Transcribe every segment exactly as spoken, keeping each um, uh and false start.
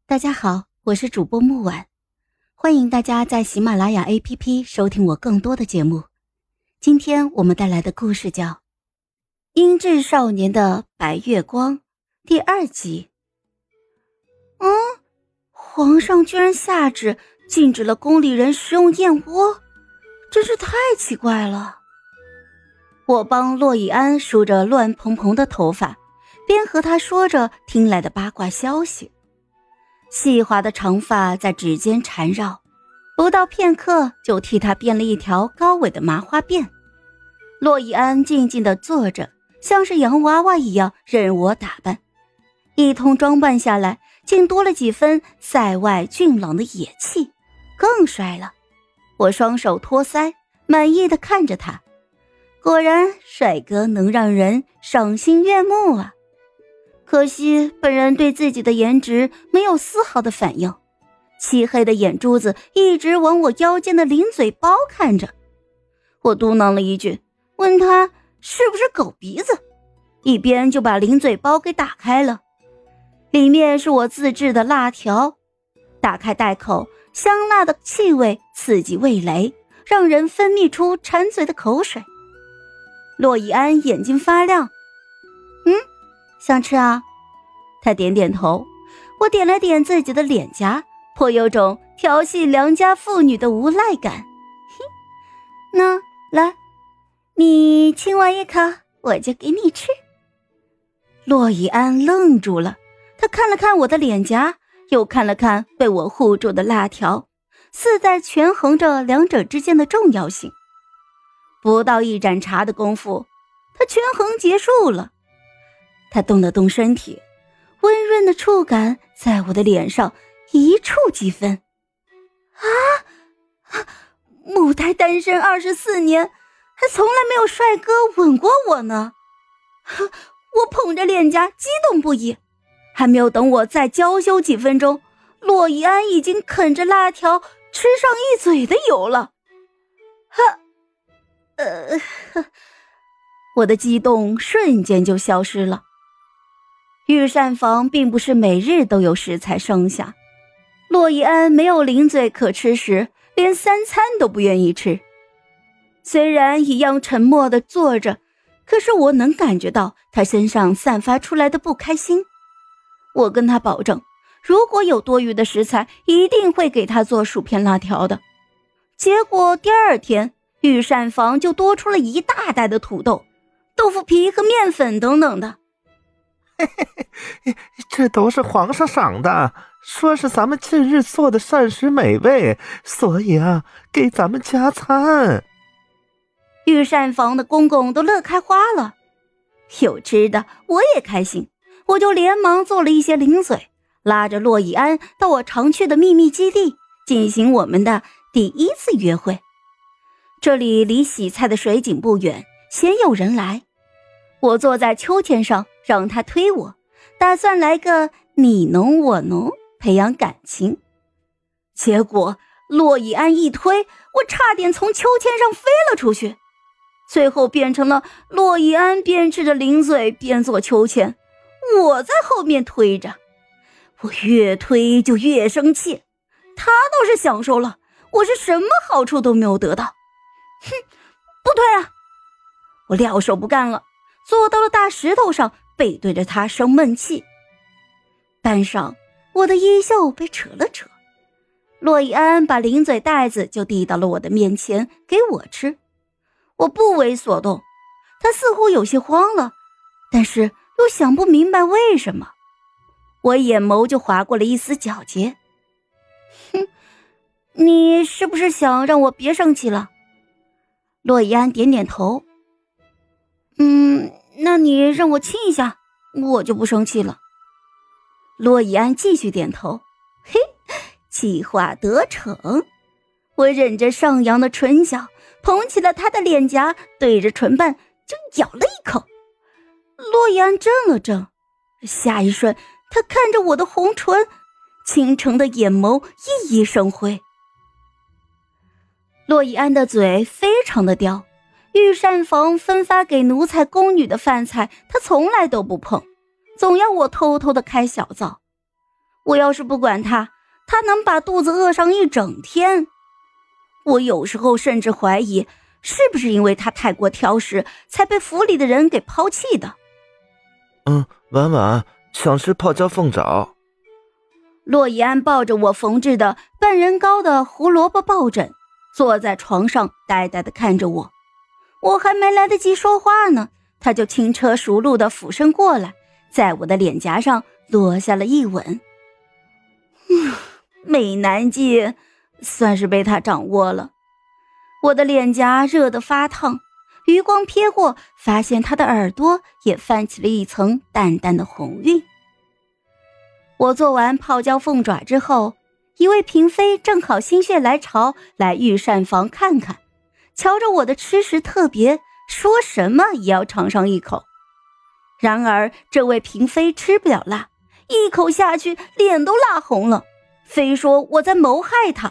大家好，我是主播木婉，欢迎大家在喜马拉雅 A P P 收听我更多的节目。今天我们带来的故事叫《英智少年的白月光》第二集。嗯，皇上居然下旨禁止了宫里人食用燕窝，真是太奇怪了。我帮洛以安梳着乱蓬蓬的头发，边和他说着听来的八卦消息。细滑的长发在指尖缠绕，不到片刻就替他编了一条高尾的麻花辫。洛以安静静地坐着，像是洋娃娃一样任我打扮。一通装扮下来，竟多了几分塞外俊朗的野气，更帅了。我双手托腮，满意地看着他。果然帅哥能让人赏心悦目啊。可惜本人对自己的颜值没有丝毫的反应，漆黑的眼珠子一直往我腰间的零嘴包看着。我嘟囔了一句，问他是不是狗鼻子，一边就把零嘴包给打开了。里面是我自制的辣条，打开袋口，香辣的气味刺激味蕾，让人分泌出馋嘴的口水。洛以安眼睛发亮，嗯，想吃啊？他点点头，我点了点自己的脸颊，颇有种调戏良家妇女的无赖感。嘿，那来，你亲我一口，我就给你吃。洛以安愣住了，他看了看我的脸颊，又看了看被我护住的辣条，似在权衡着两者之间的重要性。不到一盏茶的功夫，他权衡结束了。他动了动身体，温润的触感在我的脸上一触即分。啊啊！母胎单身二十四年，还从来没有帅哥吻过我呢。我捧着脸颊激动不已，还没有等我再娇羞几分钟，洛以安已经啃着辣条吃上一嘴的油了。哈，呃，我的激动瞬间就消失了。御膳房并不是每日都有食材剩下，洛以安没有零嘴可吃时，连三餐都不愿意吃。虽然一样沉默地坐着，可是我能感觉到他身上散发出来的不开心。我跟他保证，如果有多余的食材，一定会给他做薯片辣条的。结果第二天，御膳房就多出了一大袋的土豆、豆腐皮和面粉等等的。 这都是皇上赏的，说是咱们近日做的膳食美味，所以啊，给咱们加餐。 御膳房的公公都乐开花了，有吃的我也开心，我就连忙做了一些零嘴，拉着洛以安到我常去的秘密基地，进行我们的第一次约会。这里离洗菜的水井不远，鲜有人来。我坐在秋千上，让他推我，打算来个你侬我侬，培养感情。结果洛以安一推，我差点从秋千上飞了出去，最后变成了洛以安边吃着零嘴边做秋千，我在后面推着。我越推就越生气，他倒是享受了，我是什么好处都没有得到。哼，不推啊！我撂手不干了，坐到了大石头上，背对着他生闷气。半晌，我的衣袖被扯了扯，洛以安把零嘴袋子就递到了我的面前给我吃。我不为所动，他似乎有些慌了，但是又想不明白为什么。我眼眸就划过了一丝皎洁。哼，你是不是想让我别生气了？洛以安点点头。嗯，那你让我亲一下，我就不生气了。洛以安继续点头。嘿，计划得逞。我忍着上扬的唇角，捧起了他的脸颊，对着唇瓣就咬了一口。洛以安怔了怔，下一瞬他看着我的红唇，倾城的眼眸熠熠生辉。洛以安的嘴非常的刁，御膳房分发给奴才宫女的饭菜他从来都不碰，总要我偷偷的开小灶。 我要是不管他，他能把肚子饿上一整天。我有时候甚至怀疑，是不是因为他太过挑食，才被府里的人给抛弃的。 嗯，婉婉想吃泡椒凤爪。 洛以安抱着我缝制的半人高的胡萝卜抱枕，坐在床上呆呆地看着我。我还没来得及说话呢，他就轻车熟路地俯身过来，在我的脸颊上落下了一吻。嗯，美男计算是被他掌握了。我的脸颊热得发烫，余光瞥过，发现他的耳朵也泛起了一层淡淡的红晕。我做完泡椒凤爪之后，一位嫔妃正好心血来潮来御膳房看看，瞧着我的吃食特别，说什么也要尝上一口。然而这位嫔妃吃不了辣，一口下去脸都辣红了，非说我在谋害她。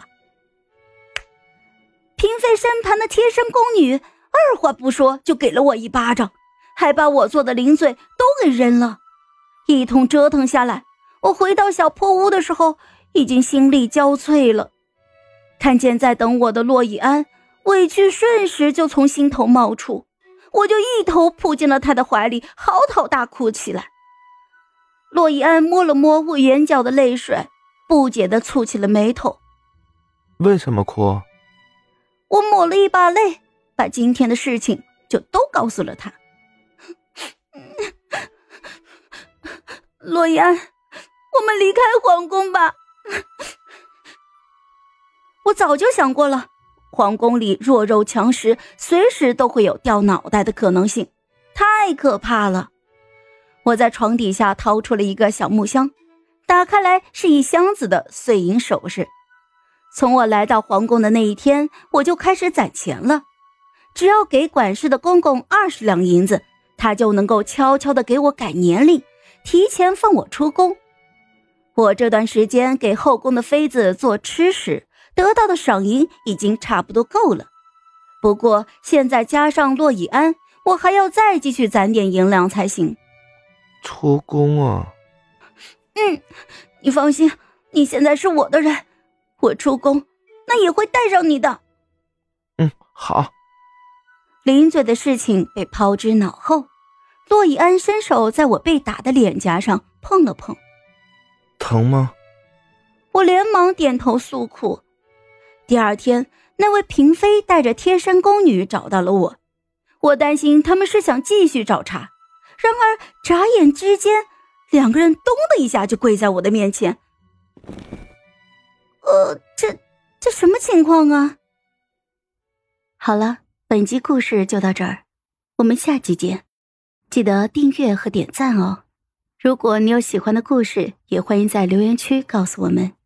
嫔妃身旁的贴身宫女二话不说就给了我一巴掌，还把我做的零嘴都给扔了。一通折腾下来，我回到小破屋的时候已经心力交瘁了。看见在等我的洛以安，委屈瞬时就从心头冒出，我就一头扑进了他的怀里，嚎啕大哭起来。洛以安摸了摸我眼角的泪水，不解地蹙起了眉头。 为什么哭？ 我抹了一把泪，把今天的事情就都告诉了他。洛以安，我们离开皇宫吧。我早就想过了，皇宫里弱肉强食，随时都会有掉脑袋的可能性，太可怕了。我在床底下掏出了一个小木箱，打开来是一箱子的碎银首饰。从我来到皇宫的那一天，我就开始攒钱了。只要给管事的公公二十两银子，他就能够悄悄地给我改年龄，提前放我出宫。我这段时间给后宫的妃子做吃食，得到的赏银已经差不多够了。不过现在加上洛以安，我还要再继续攒点银两才行。 出宫啊？ 嗯，你放心，你现在是我的人，我出宫那也会带上你的。 嗯，好。 临嘴的事情被抛之脑后，洛以安伸手在我被打的脸颊上碰了碰。 疼吗？ 我连忙点头诉苦。第二天，那位嫔妃带着贴身宫女找到了我，我担心他们是想继续找茬。然而眨眼之间，两个人咚的一下就跪在我的面前。呃，这这什么情况啊？好了，本集故事就到这儿，我们下集见，记得订阅和点赞哦。如果你有喜欢的故事，也欢迎在留言区告诉我们。